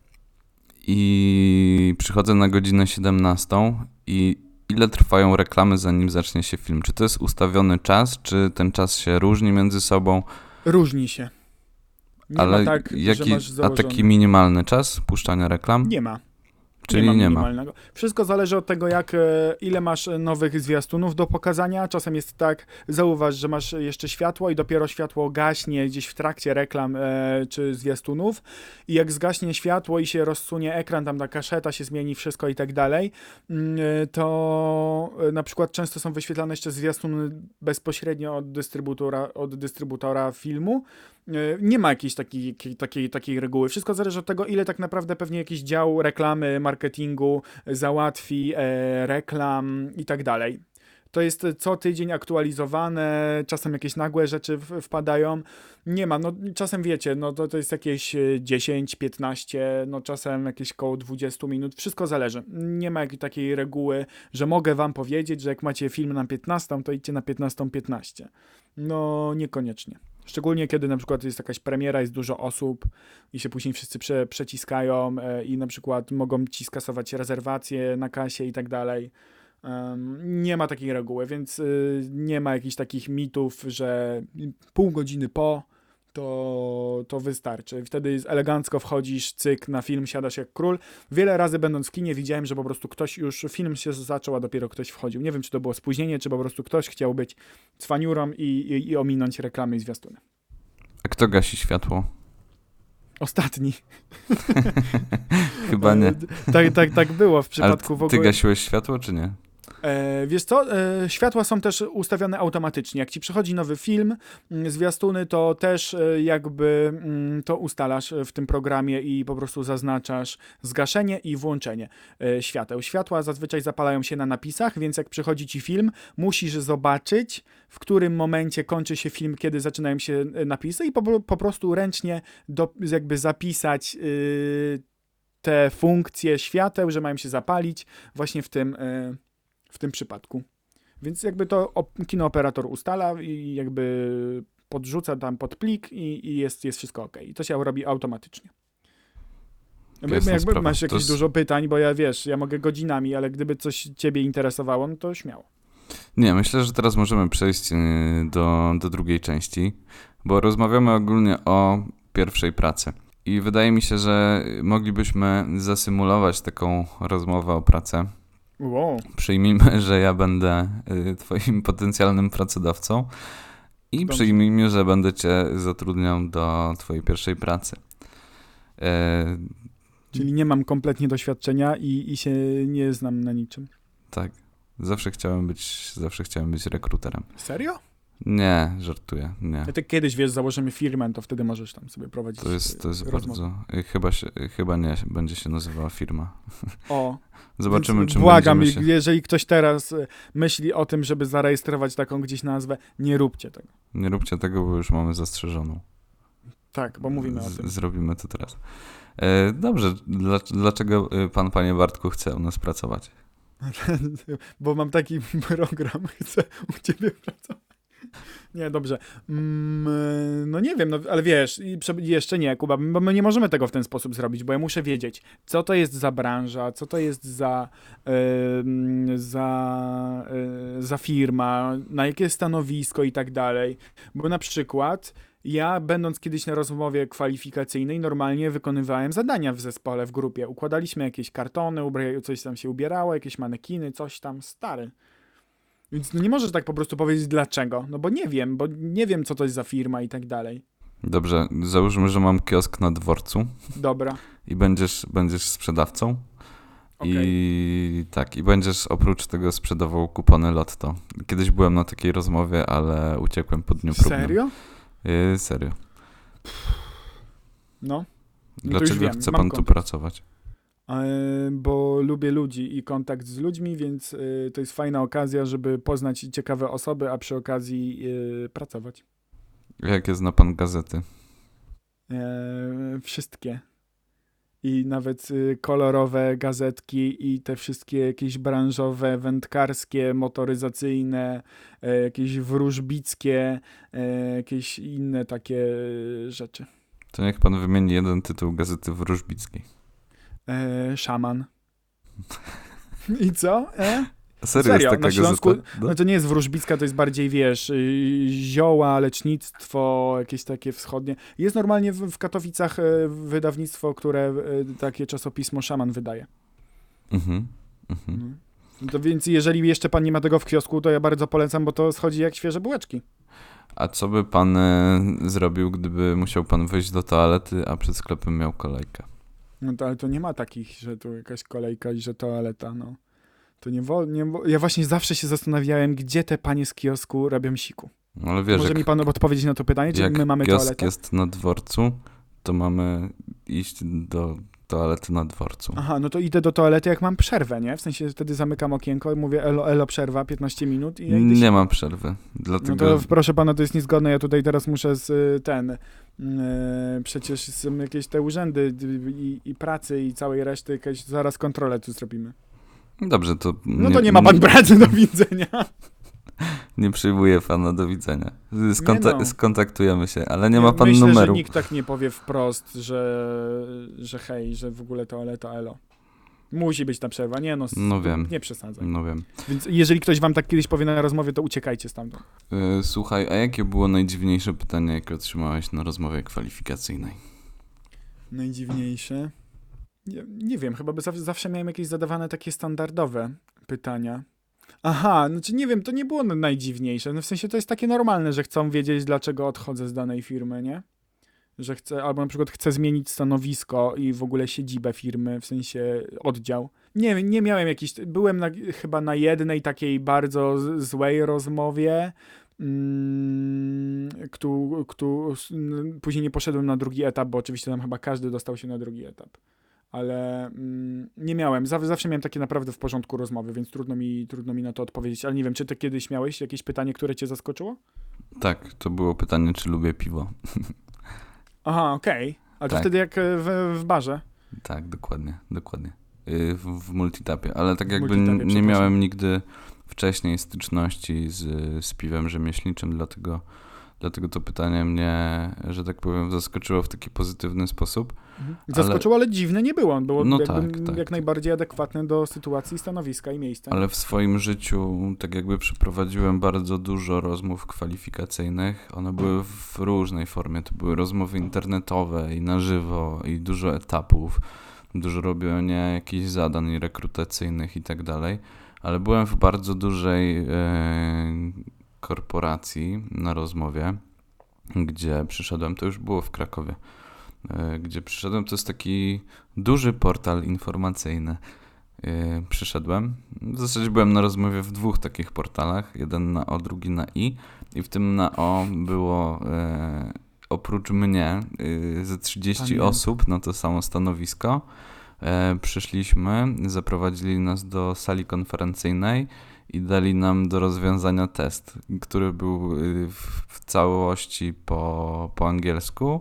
Speaker 1: I przychodzę na godzinę siedemnastą i ile trwają reklamy, zanim zacznie się film? Czy to jest ustawiony czas, czy ten czas się różni między sobą?
Speaker 2: Różni się. Nie
Speaker 1: Ale
Speaker 2: ma tak,
Speaker 1: jaki,
Speaker 2: że masz
Speaker 1: a
Speaker 2: założone.
Speaker 1: taki minimalny czas puszczania reklam?
Speaker 2: Nie ma.
Speaker 1: Czyli
Speaker 2: nie ma
Speaker 1: nie ma.
Speaker 2: minimalnego. Wszystko zależy od tego, jak, e, ile masz e, nowych zwiastunów do pokazania. Czasem jest tak, zauważ, że masz jeszcze światło i dopiero światło gaśnie gdzieś w trakcie reklam e, czy zwiastunów i jak zgaśnie światło i się rozsunie ekran, tam ta kaszeta się zmieni, wszystko i tak dalej, mm, e, to e, na przykład często są wyświetlane jeszcze zwiastuny bezpośrednio od dystrybutora, od dystrybutora filmu. E, Nie ma jakiejś takiej, takiej, takiej reguły. Wszystko zależy od tego, ile tak naprawdę pewnie jakiś dział reklamy, marketingu załatwi, e, reklam i tak dalej. To jest co tydzień aktualizowane, czasem jakieś nagłe rzeczy w, wpadają. Nie ma, no czasem wiecie, no to, to jest jakieś dziesięć, piętnaście, no czasem jakieś koło dwadzieścia minut, wszystko zależy. Nie ma jakiej takiej reguły, że mogę wam powiedzieć, że jak macie film na piętnastą, to idźcie na piętnastą piętnaście. No niekoniecznie. Szczególnie kiedy na przykład jest jakaś premiera, jest dużo osób i się później wszyscy prze, przeciskają e, i na przykład mogą ci skasować rezerwacje na kasie i tak dalej. Um, nie ma takiej reguły, więc y, nie ma jakichś takich mitów, że pół godziny po to, to wystarczy. Wtedy elegancko wchodzisz, cyk, na film, siadasz jak król. Wiele razy będąc w kinie widziałem, że po prostu ktoś już, film się zaczął, a dopiero ktoś wchodził. Nie wiem, czy to było spóźnienie, czy po prostu ktoś chciał być cwaniurą i, i, i ominąć reklamy i zwiastuny.
Speaker 1: A kto gasi światło?
Speaker 2: Ostatni.
Speaker 1: Chyba nie.
Speaker 2: tak, tak, tak było w przypadku
Speaker 1: Ale
Speaker 2: w ogóle.
Speaker 1: ty gasiłeś światło, czy nie?
Speaker 2: E, wiesz co, e, światła są też ustawione automatycznie. Jak ci przychodzi nowy film, mm, zwiastuny, to też e, jakby mm, to ustalasz w tym programie i po prostu zaznaczasz zgaszenie i włączenie e, świateł. Światła zazwyczaj zapalają się na napisach, więc jak przychodzi ci film, musisz zobaczyć, w którym momencie kończy się film, kiedy zaczynają się e, napisy i po, po prostu ręcznie do, jakby zapisać y, te funkcje świateł, że mają się zapalić właśnie w tym y, w tym przypadku. Więc jakby to op- kinooperator ustala i jakby podrzuca tam pod plik i, i jest, jest wszystko ok. I to się robi automatycznie. Jakby,
Speaker 1: Jasna
Speaker 2: jakby
Speaker 1: sprawa.
Speaker 2: masz
Speaker 1: To
Speaker 2: jakieś
Speaker 1: jest-
Speaker 2: dużo pytań, bo ja wiesz, ja mogę godzinami, ale gdyby coś ciebie interesowało, no to śmiało.
Speaker 1: Nie, myślę, że teraz możemy przejść y, do, do drugiej części, bo rozmawiamy ogólnie o pierwszej pracy. I wydaje mi się, że moglibyśmy zasymulować taką rozmowę o pracę.
Speaker 2: Wow.
Speaker 1: Przyjmijmy, że ja będę y, twoim potencjalnym pracodawcą i
Speaker 2: Dobrze.
Speaker 1: przyjmijmy, że będę cię zatrudniał do twojej pierwszej pracy. E,
Speaker 2: Czyli nie mam kompletnie doświadczenia i, i się nie znam na niczym.
Speaker 1: tak, zawsze chciałem być, zawsze chciałem być rekruterem.
Speaker 2: Serio?
Speaker 1: Nie, żartuję, nie.
Speaker 2: Ja tak kiedyś, wiesz, założymy firmę, to wtedy możesz tam sobie prowadzić
Speaker 1: To jest, to jest
Speaker 2: rozmowę.
Speaker 1: bardzo, y, chyba, się, y, chyba nie, będzie się nazywała firma.
Speaker 2: O,
Speaker 1: Zobaczymy,
Speaker 2: więc
Speaker 1: czy
Speaker 2: błagam,
Speaker 1: będziemy się...
Speaker 2: jeżeli ktoś teraz y, myśli o tym, żeby zarejestrować taką gdzieś nazwę, nie róbcie tego.
Speaker 1: Nie róbcie tego, bo już mamy zastrzeżoną.
Speaker 2: Tak, bo mówimy o
Speaker 1: Z,
Speaker 2: tym.
Speaker 1: zrobimy to teraz. E, dobrze, dla, dlaczego y, pan, panie Bartku, chce u nas pracować?
Speaker 2: Bo mam taki program, chcę u ciebie pracować. Nie, dobrze. Mm, no nie wiem, no, ale wiesz, i prze- jeszcze nie, Kuba, bo my nie możemy tego w ten sposób zrobić, bo ja muszę wiedzieć, co to jest za branża, co to jest za, ym, za, y, za firma, na jakie stanowisko i tak dalej. Bo na przykład ja, będąc kiedyś na rozmowie kwalifikacyjnej, normalnie wykonywałem zadania w zespole, w grupie. Układaliśmy jakieś kartony, ubra- coś tam się ubierało, jakieś manekiny, coś tam, stary. Więc no nie możesz tak po prostu powiedzieć dlaczego, no bo nie wiem, bo nie wiem, co to jest za firma i tak dalej.
Speaker 1: Dobrze, załóżmy, że mam kiosk na dworcu
Speaker 2: Dobra,
Speaker 1: i będziesz, będziesz sprzedawcą.
Speaker 2: okej.
Speaker 1: I tak, i będziesz oprócz tego sprzedawał kupony Lotto. Kiedyś byłem na takiej rozmowie, ale uciekłem po dniu próbnym.
Speaker 2: Serio?
Speaker 1: Yy, serio.
Speaker 2: No. No to już
Speaker 1: Dlaczego
Speaker 2: wiem,
Speaker 1: chce
Speaker 2: mam
Speaker 1: pan tu
Speaker 2: kontekst.
Speaker 1: pracować?
Speaker 2: E, Bo lubię ludzi i kontakt z ludźmi, więc e, to jest fajna okazja, żeby poznać ciekawe osoby, a przy okazji e, pracować.
Speaker 1: Jakie zna pan gazety?
Speaker 2: E, Wszystkie. I nawet y, kolorowe gazetki i te wszystkie jakieś branżowe, wędkarskie, motoryzacyjne, e, jakieś wróżbickie, e, jakieś inne takie e, rzeczy.
Speaker 1: To niech pan wymieni jeden tytuł gazety wróżbickiej.
Speaker 2: E, Szaman. I co? E?
Speaker 1: Serio,
Speaker 2: Serio,
Speaker 1: jest taka
Speaker 2: na Śląsku,
Speaker 1: gazeta? No.
Speaker 2: no to nie jest wróżbicka, to jest bardziej, wiesz, y, zioła, lecznictwo, jakieś takie wschodnie. Jest normalnie w, w Katowicach e, wydawnictwo, które e, takie czasopismo Szaman wydaje.
Speaker 1: Mhm, mhm.
Speaker 2: Mhm. No to więc jeżeli jeszcze pan nie ma tego w kiosku, to ja bardzo polecam, bo to schodzi jak świeże bułeczki.
Speaker 1: A co by pan e, zrobił, gdyby musiał pan wyjść do toalety, a przed sklepem miał kolejkę?
Speaker 2: No to, ale to nie ma takich, że tu jakaś kolejka i że toaleta, no. To nie wolno. Nie wo- ja właśnie zawsze się zastanawiałem, gdzie te panie z kiosku robią siku.
Speaker 1: No, ale wiesz,
Speaker 2: Może
Speaker 1: jak,
Speaker 2: mi pan odpowiedzieć na to pytanie, czy
Speaker 1: jak
Speaker 2: my mamy
Speaker 1: kiosk
Speaker 2: toaletę?
Speaker 1: jest na dworcu, to mamy iść do toalety na dworcu.
Speaker 2: Aha, no to idę do toalety, jak mam przerwę, nie? W sensie wtedy zamykam okienko i mówię elo, elo, przerwa, piętnaście minut i ja idę
Speaker 1: Nie
Speaker 2: się...
Speaker 1: ma przerwy, dlatego...
Speaker 2: No to proszę pana, to jest niezgodne, ja tutaj teraz muszę z y, ten, y, przecież są jakieś te urzędy y, i, i pracy i całej reszty, jakieś zaraz kontrolę tu zrobimy.
Speaker 1: Dobrze, to...
Speaker 2: No to nie ma pan pracy, do widzenia.
Speaker 1: Nie przyjmuję pana, do widzenia. Skonta-
Speaker 2: Nie no.
Speaker 1: Skontaktujemy się, ale nie ma pan
Speaker 2: Myślę,
Speaker 1: numeru.
Speaker 2: że nikt tak nie powie wprost, że, że hej, że w ogóle toaleta elo. Musi być ta przerwa, nie no, s-
Speaker 1: No wiem.
Speaker 2: nie przesadzaj.
Speaker 1: No wiem.
Speaker 2: Więc jeżeli ktoś wam tak kiedyś powie na rozmowie, to uciekajcie stamtąd.
Speaker 1: Yy, słuchaj, a jakie było najdziwniejsze pytanie, jakie otrzymałeś na rozmowie kwalifikacyjnej?
Speaker 2: Najdziwniejsze? Nie, nie wiem, chyba by zaw- zawsze miałem jakieś zadawane takie standardowe pytania. Aha, znaczy nie wiem, to nie było n- najdziwniejsze. No w sensie to jest takie normalne, że chcą wiedzieć, dlaczego odchodzę z danej firmy, nie? Że chcę, albo na przykład chcę zmienić stanowisko i w ogóle siedzibę firmy, w sensie oddział. Nie, nie miałem jakiejś, byłem na, chyba na jednej takiej bardzo z- złej rozmowie, mm, któ, któ, s- n- później nie poszedłem na drugi etap, bo oczywiście tam chyba każdy dostał się na drugi etap. Ale mm, nie miałem, Zaw- zawsze miałem takie naprawdę w porządku rozmowy, więc trudno mi, trudno mi na to odpowiedzieć. Ale nie wiem, czy ty kiedyś miałeś jakieś pytanie, które cię zaskoczyło?
Speaker 1: Tak, to było pytanie, czy lubię piwo.
Speaker 2: Aha, okej. A to
Speaker 1: Tak.
Speaker 2: wtedy jak e, w, w barze?
Speaker 1: Tak, dokładnie, dokładnie. Yy, w, w multitapie, ale tak jakby
Speaker 2: multitapie,
Speaker 1: n- nie
Speaker 2: przepraszam.
Speaker 1: miałem nigdy wcześniej styczności z, z piwem rzemieślniczym, dlatego, dlatego to pytanie mnie, że tak powiem, zaskoczyło w taki pozytywny sposób.
Speaker 2: Zaskoczyło, ale dziwne nie było. Było
Speaker 1: No
Speaker 2: jakby
Speaker 1: tak, tak,
Speaker 2: jak
Speaker 1: tak.
Speaker 2: najbardziej adekwatne do sytuacji, stanowiska i miejsca.
Speaker 1: Ale w swoim życiu tak jakby przeprowadziłem bardzo dużo rozmów kwalifikacyjnych. One były w różnej formie. To były rozmowy internetowe i na żywo i dużo etapów. Dużo robienia jakichś zadań rekrutacyjnych i tak dalej. Ale byłem w bardzo dużej e, korporacji na rozmowie, gdzie przyszedłem, to już było w Krakowie, e, gdzie przyszedłem, to jest taki duży portal informacyjny. Yy, przyszedłem. W zasadzie byłem na rozmowie w dwóch takich portalach. Jeden na O, drugi na I. I w tym na O było yy, oprócz mnie yy, ze trzydzieści
Speaker 2: Pamiętam.
Speaker 1: osób na to samo stanowisko. Yy, przyszliśmy, zaprowadzili nas do sali konferencyjnej i dali nam do rozwiązania test, który był yy, w, w całości po, po angielsku.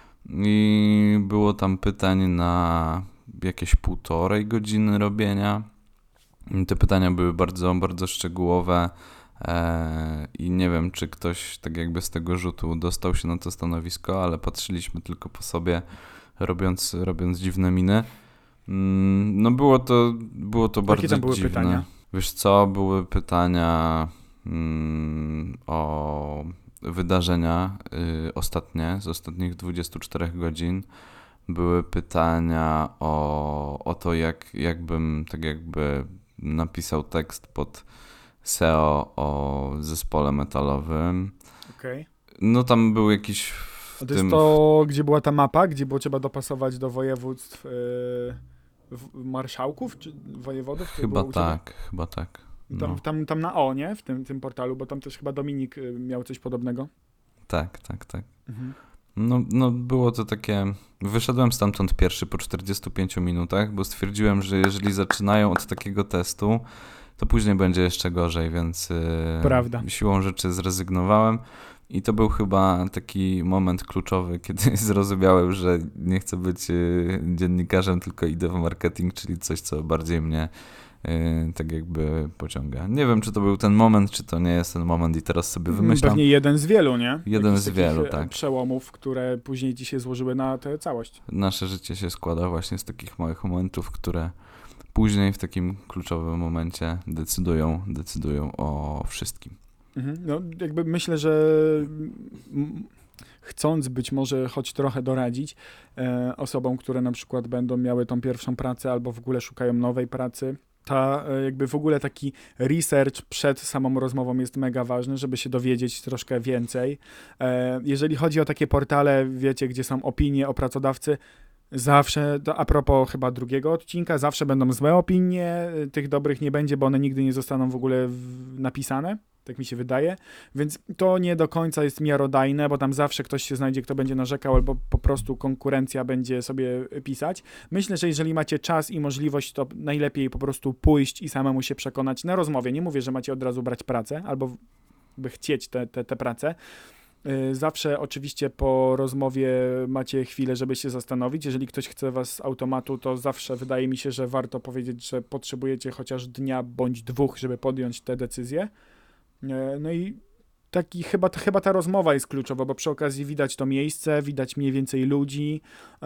Speaker 1: I było tam pytań na jakieś półtorej godziny robienia. I te pytania były bardzo, bardzo szczegółowe e, i nie wiem, czy ktoś tak jakby z tego rzutu dostał się na to stanowisko, ale patrzyliśmy tylko po sobie, robiąc, robiąc dziwne miny. Mm, no było to, było to bardzo
Speaker 2: Jakie tam były
Speaker 1: dziwne.
Speaker 2: pytania?
Speaker 1: Wiesz co, były pytania mm, o wydarzenia y, ostatnie, z ostatnich dwudziestu czterech godzin. Były pytania o, o to, jak, jakbym tak jakby napisał tekst pod S E O o zespole metalowym.
Speaker 2: Okej.
Speaker 1: No tam był jakiś w
Speaker 2: A to
Speaker 1: tym...
Speaker 2: jest to, gdzie była ta mapa, gdzie było trzeba dopasować do województw yy, w- marszałków czy wojewodów? To
Speaker 1: Chyba
Speaker 2: było u ciebie?
Speaker 1: tak, chyba tak. No,
Speaker 2: Tam, tam, tam na O, nie? W tym, tym portalu, bo tam też chyba Dominik y, miał coś podobnego.
Speaker 1: tak, tak, tak.
Speaker 2: Mhm.
Speaker 1: No, no było to takie... Wyszedłem stamtąd pierwszy po czterdziestu pięciu minutach, bo stwierdziłem, że jeżeli zaczynają od takiego testu, to później będzie jeszcze gorzej, więc
Speaker 2: Prawda.
Speaker 1: yy, siłą rzeczy zrezygnowałem. I to był chyba taki moment kluczowy, kiedy zrozumiałem, że nie chcę być yy, dziennikarzem, tylko idę w marketing, czyli coś, co bardziej mnie yy, tak jakby pociąga. Nie wiem, czy to był ten moment, czy to nie jest ten moment i teraz sobie wymyślam.
Speaker 2: Pewnie jeden z wielu, nie?
Speaker 1: Jeden
Speaker 2: Jakichś
Speaker 1: z wielu,
Speaker 2: takich, e,
Speaker 1: tak.
Speaker 2: przełomów, które później ci się złożyły na tę całość.
Speaker 1: Nasze życie się składa właśnie z takich małych momentów, które później w takim kluczowym momencie decydują, decydują o wszystkim.
Speaker 2: Mhm. No, jakby myślę, że mm, chcąc być może choć trochę doradzić e, osobom, które na przykład będą miały tą pierwszą pracę albo w ogóle szukają nowej pracy, ta e, jakby w ogóle taki research przed samą rozmową jest mega ważny, żeby się dowiedzieć troszkę więcej. E, jeżeli chodzi o takie portale, wiecie, gdzie są opinie o pracodawcy, zawsze, to a propos chyba drugiego odcinka, zawsze będą złe opinie, y, tych dobrych nie będzie, bo one nigdy nie zostaną w ogóle w, napisane, tak mi się wydaje, więc to nie do końca jest miarodajne, bo tam zawsze ktoś się znajdzie, kto będzie narzekał, albo po prostu konkurencja będzie sobie pisać. Myślę, że jeżeli macie czas i możliwość, to najlepiej po prostu pójść i samemu się przekonać na rozmowie. Nie mówię, że macie od razu brać pracę, albo by chcieć tę te, te, te pracę. Y, Zawsze oczywiście po rozmowie macie chwilę, żeby się zastanowić. Jeżeli ktoś chce was z automatu, to zawsze wydaje mi się, że warto powiedzieć, że potrzebujecie chociaż dnia bądź dwóch, żeby podjąć tę decyzję. Y, No i taki chyba, chyba ta rozmowa jest kluczowa, bo przy okazji widać to miejsce, widać mniej więcej ludzi,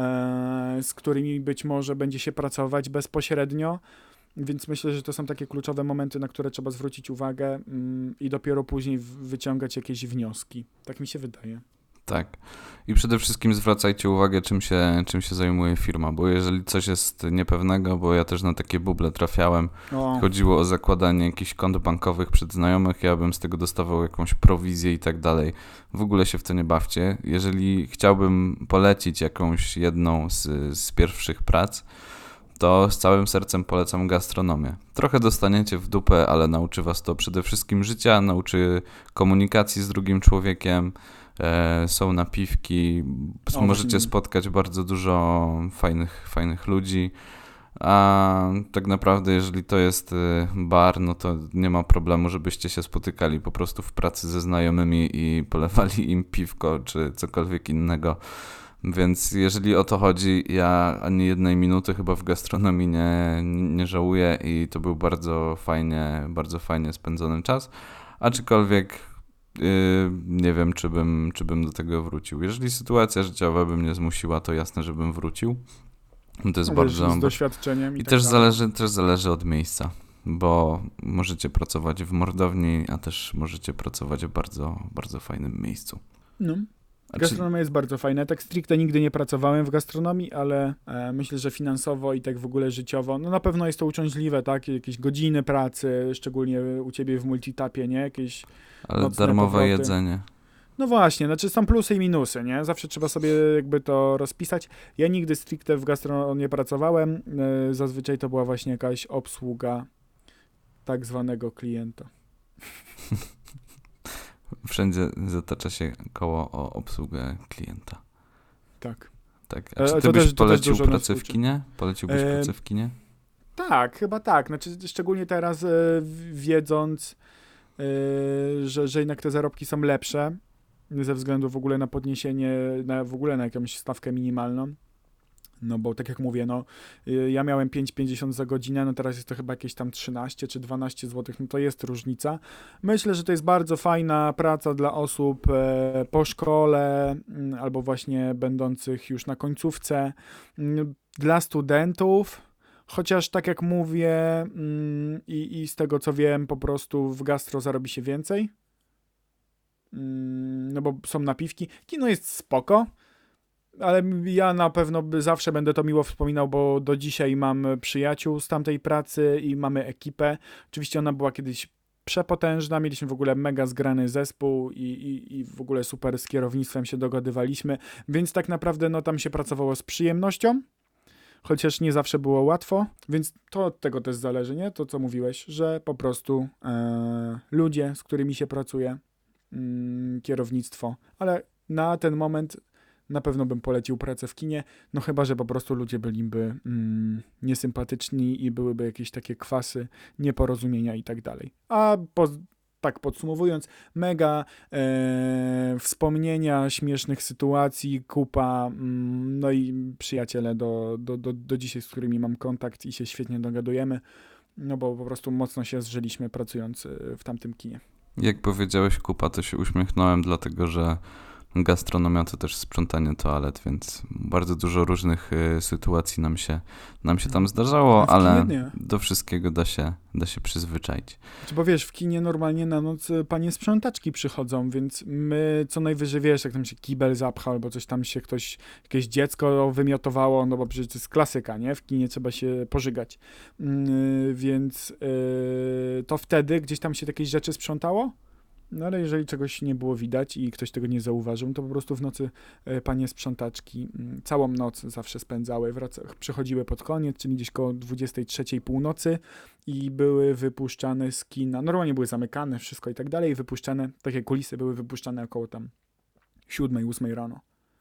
Speaker 2: e, z którymi być może będzie się pracować bezpośrednio. Więc myślę, że to są takie kluczowe momenty, na które trzeba zwrócić uwagę mm, i dopiero później w- wyciągać jakieś wnioski. Tak mi się wydaje.
Speaker 1: Tak. I przede wszystkim zwracajcie uwagę, czym się, czym się zajmuje firma, bo jeżeli coś jest niepewnego, bo ja też na takie buble trafiałem,
Speaker 2: O,
Speaker 1: chodziło o zakładanie jakichś kont bankowych przed znajomych, ja bym z tego dostawał jakąś prowizję i tak dalej. W ogóle się w to nie bawcie. Jeżeli chciałbym polecić jakąś jedną z, z pierwszych prac, to z całym sercem polecam gastronomię. Trochę dostaniecie w dupę, ale nauczy was to przede wszystkim życia, nauczy komunikacji z drugim człowiekiem, e, są napiwki,
Speaker 2: O,
Speaker 1: możecie
Speaker 2: właśnie.
Speaker 1: spotkać bardzo dużo fajnych, fajnych ludzi, a tak naprawdę jeżeli to jest e, bar, no to nie ma problemu, żebyście się spotykali po prostu w pracy ze znajomymi i polewali im piwko czy cokolwiek innego. Więc jeżeli o to chodzi, ja ani jednej minuty chyba w gastronomii nie, nie żałuję i to był bardzo fajnie, bardzo fajnie spędzony czas, aczkolwiek yy, nie wiem, czy bym, czy bym do tego wrócił. Jeżeli sytuacja życiowa by mnie zmusiła, to jasne, żebym wrócił. To jest
Speaker 2: wiesz,
Speaker 1: bardzo...
Speaker 2: z doświadczeniem i,
Speaker 1: I
Speaker 2: tak
Speaker 1: też
Speaker 2: dalej.
Speaker 1: zależy, też zależy od miejsca, bo możecie pracować w mordowni, a też możecie pracować w bardzo, bardzo fajnym miejscu.
Speaker 2: No.
Speaker 1: A czy,
Speaker 2: Gastronomia jest bardzo fajna. Tak stricte nigdy nie pracowałem w gastronomii, ale e, myślę, że finansowo i tak w ogóle życiowo, no na pewno jest to uciążliwe, tak? Jakieś godziny pracy, szczególnie u ciebie w multitapie, nie? Jakieś
Speaker 1: ale
Speaker 2: nocne
Speaker 1: darmowe
Speaker 2: powroty.
Speaker 1: jedzenie.
Speaker 2: No właśnie, znaczy są plusy i minusy, nie? Zawsze trzeba sobie jakby to rozpisać. Ja nigdy stricte w gastro nie pracowałem. e, Zazwyczaj to była właśnie jakaś obsługa tak zwanego klienta.
Speaker 1: Wszędzie zatacza się koło o obsługę klienta.
Speaker 2: Tak.
Speaker 1: Tak.
Speaker 2: E,
Speaker 1: A czy ty
Speaker 2: to
Speaker 1: byś
Speaker 2: też- to też
Speaker 1: polecił
Speaker 2: dużo nas
Speaker 1: pracę w
Speaker 2: uczy.
Speaker 1: kinie? Poleciłbyś
Speaker 2: E,
Speaker 1: pracę w kinie?
Speaker 2: Tak, chyba tak. Znaczy, szczególnie teraz e, w- wiedząc, e, że, że jednak te zarobki są lepsze ze względu w ogóle na podniesienie, na, w ogóle na jakąś stawkę minimalną. No bo tak jak mówię, no y, ja miałem pięć pięćdziesiąt za godzinę, no teraz jest to chyba jakieś tam trzynaście czy dwanaście złotych, no to jest różnica. Myślę, że to jest bardzo fajna praca dla osób e, po szkole mm, albo właśnie będących już na końcówce. Mm, Dla studentów, chociaż tak jak mówię mm, i, i z tego co wiem, po prostu w gastro zarobi się więcej. Mm, No bo są napiwki. Kino jest spoko. Ale ja na pewno by- zawsze będę to miło wspominał, bo do dzisiaj mam przyjaciół z tamtej pracy i mamy ekipę. Oczywiście ona była kiedyś przepotężna, mieliśmy w ogóle mega zgrany zespół i, i, i w ogóle super z kierownictwem się dogadywaliśmy, więc tak naprawdę no tam się pracowało z przyjemnością, chociaż nie zawsze było łatwo, więc to od tego też zależy, nie? To co mówiłeś, że po prostu e, ludzie, z którymi się pracuje, mm, kierownictwo, ale na ten moment na pewno bym polecił pracę w kinie, no chyba, że po prostu ludzie byliby mm, niesympatyczni i byłyby jakieś takie kwasy, nieporozumienia i tak dalej. A po, tak podsumowując, mega e, wspomnienia, śmiesznych sytuacji, kupa, mm, no i przyjaciele do, do, do, do dzisiaj, z którymi mam kontakt i się świetnie dogadujemy, no bo po prostu mocno się zżyliśmy pracując w tamtym kinie.
Speaker 1: Jak powiedziałeś kupa, to się uśmiechnąłem, dlatego że gastronomia to też sprzątanie toalet, więc bardzo dużo różnych y, sytuacji nam się, nam się tam zdarzało, ale
Speaker 2: nie.
Speaker 1: do wszystkiego da się, da się przyzwyczaić.
Speaker 2: Znaczy, bo wiesz, w kinie normalnie na noc panie sprzątaczki przychodzą, więc my co najwyżej, wiesz, jak tam się kibel zapchał, albo coś tam się ktoś, jakieś dziecko wymiotowało, no bo przecież to jest klasyka, nie? W kinie trzeba się pożygać. Yy, więc yy, to wtedy gdzieś tam się jakieś rzeczy sprzątało. No ale jeżeli czegoś nie było widać i ktoś tego nie zauważył, to po prostu w nocy e, panie sprzątaczki m, całą noc zawsze spędzały, wraca, przychodziły pod koniec, czyli gdzieś koło dwudziestej trzeciej północy i były wypuszczane z kina, normalnie były zamykane, wszystko i tak dalej, i wypuszczane, takie kulisy były wypuszczane około tam siódmej, ósmej rano.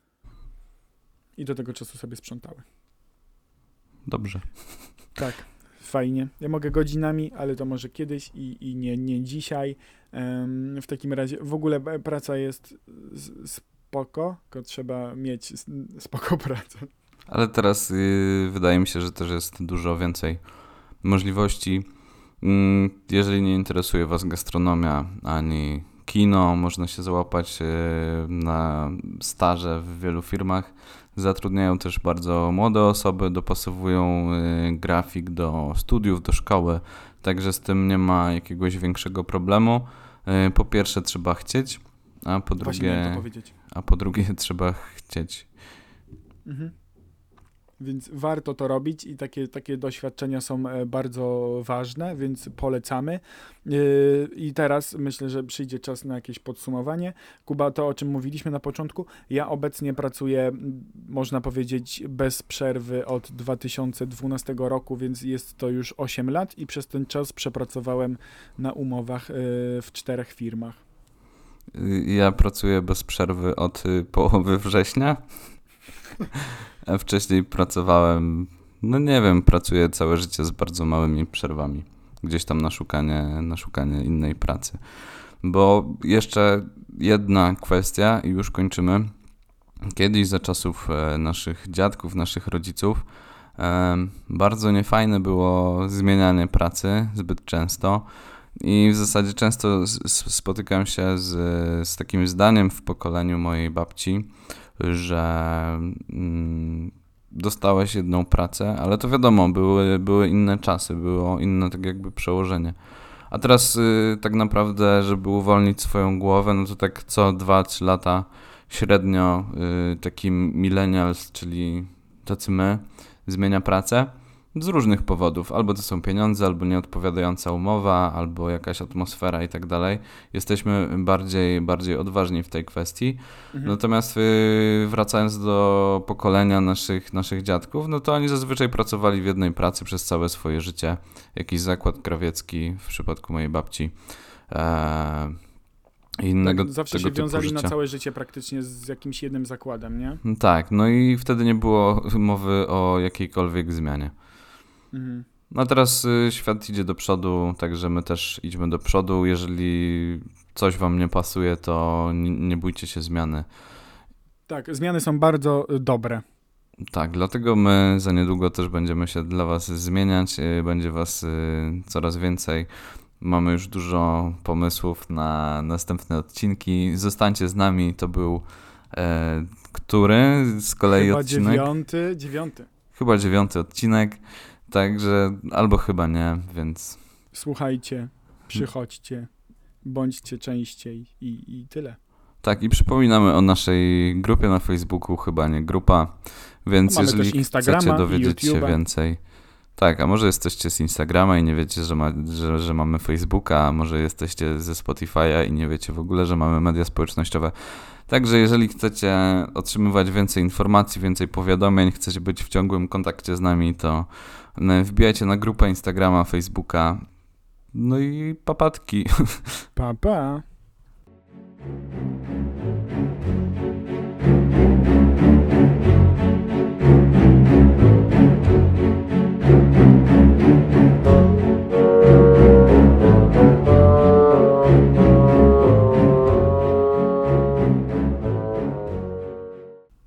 Speaker 2: I do tego czasu sobie sprzątały.
Speaker 1: Dobrze.
Speaker 2: Tak. Fajnie. Ja mogę godzinami, ale to może kiedyś i, i nie, nie dzisiaj. Um, w takim razie w ogóle praca jest spoko, tylko trzeba mieć spoko pracę.
Speaker 1: Ale teraz yy, wydaje mi się, że też jest dużo więcej możliwości. Yy, jeżeli nie interesuje was gastronomia ani kino, można się załapać yy, na staże w wielu firmach. Zatrudniają też bardzo młode osoby, dopasowują y, grafik do studiów, do szkoły, także z tym nie ma jakiegoś większego problemu. Y, po pierwsze trzeba chcieć, a po drugie, a po drugie trzeba chcieć.
Speaker 2: Mhm. Więc warto to robić i takie, takie doświadczenia są bardzo ważne, więc polecamy. Yy, I teraz myślę, że przyjdzie czas na jakieś podsumowanie. Kuba, to o czym mówiliśmy na początku, ja obecnie pracuję, można powiedzieć, bez przerwy od dwa tysiące dwunastego roku, więc jest to już osiem lat i przez ten czas przepracowałem na umowach yy, w czterech firmach.
Speaker 1: Ja pracuję bez przerwy od połowy września. A wcześniej pracowałem, no nie wiem, pracuję całe życie z bardzo małymi przerwami. Gdzieś tam na szukanie, na szukanie innej pracy. Bo jeszcze jedna kwestia i już kończymy. Kiedyś za czasów naszych dziadków, naszych rodziców bardzo niefajne było zmienianie pracy zbyt często. I w zasadzie często spotykam się z, z takim zdaniem w pokoleniu mojej babci, że mm, dostałeś jedną pracę, ale to wiadomo, były, były inne czasy, było inne tak jakby przełożenie. A teraz y, tak naprawdę, żeby uwolnić swoją głowę, no to tak co dwa trzy lata średnio y, taki millennials, czyli tacy my, zmienia pracę. Z różnych powodów. Albo to są pieniądze, albo nieodpowiadająca umowa, albo jakaś atmosfera i tak dalej. Jesteśmy bardziej, bardziej odważni w tej kwestii. Mhm. Natomiast wracając do pokolenia naszych, naszych dziadków, no to oni zazwyczaj pracowali w jednej pracy przez całe swoje życie. Jakiś zakład krawiecki w przypadku mojej babci. Eee, innego
Speaker 2: tak, zawsze
Speaker 1: tego
Speaker 2: się wiązali
Speaker 1: życia.
Speaker 2: na całe życie praktycznie z jakimś jednym zakładem, nie?
Speaker 1: Tak, no i wtedy nie było mowy o jakiejkolwiek zmianie.
Speaker 2: Mhm.
Speaker 1: No teraz y, świat idzie do przodu, także my też idźmy do przodu. Jeżeli coś wam nie pasuje, to nie, nie bójcie się zmiany.
Speaker 2: Tak, zmiany są bardzo dobre.
Speaker 1: Tak, dlatego my za niedługo też będziemy się dla was zmieniać, y, będzie was y, coraz więcej. Mamy już dużo pomysłów na następne odcinki. Zostańcie z nami, to był e, który z kolei
Speaker 2: Chyba
Speaker 1: odcinek?
Speaker 2: dziewiąty, dziewiąty.
Speaker 1: Chyba dziewiąty odcinek. Także albo chyba nie, więc...
Speaker 2: Słuchajcie, przychodźcie, bądźcie częściej i, i tyle.
Speaker 1: Tak, i przypominamy o naszej grupie na Facebooku, chyba nie grupa, więc
Speaker 2: Mamy
Speaker 1: jeżeli chcecie dowiedzieć się więcej... Tak, a może jesteście z Instagrama i nie wiecie, że, ma, że, że mamy Facebooka, a może jesteście ze Spotify'a i nie wiecie w ogóle, że mamy media społecznościowe. Także jeżeli chcecie otrzymywać więcej informacji, więcej powiadomień, chcecie być w ciągłym kontakcie z nami, to wbijajcie na grupę Instagrama, Facebooka, no i papatki.
Speaker 2: Pa, pa.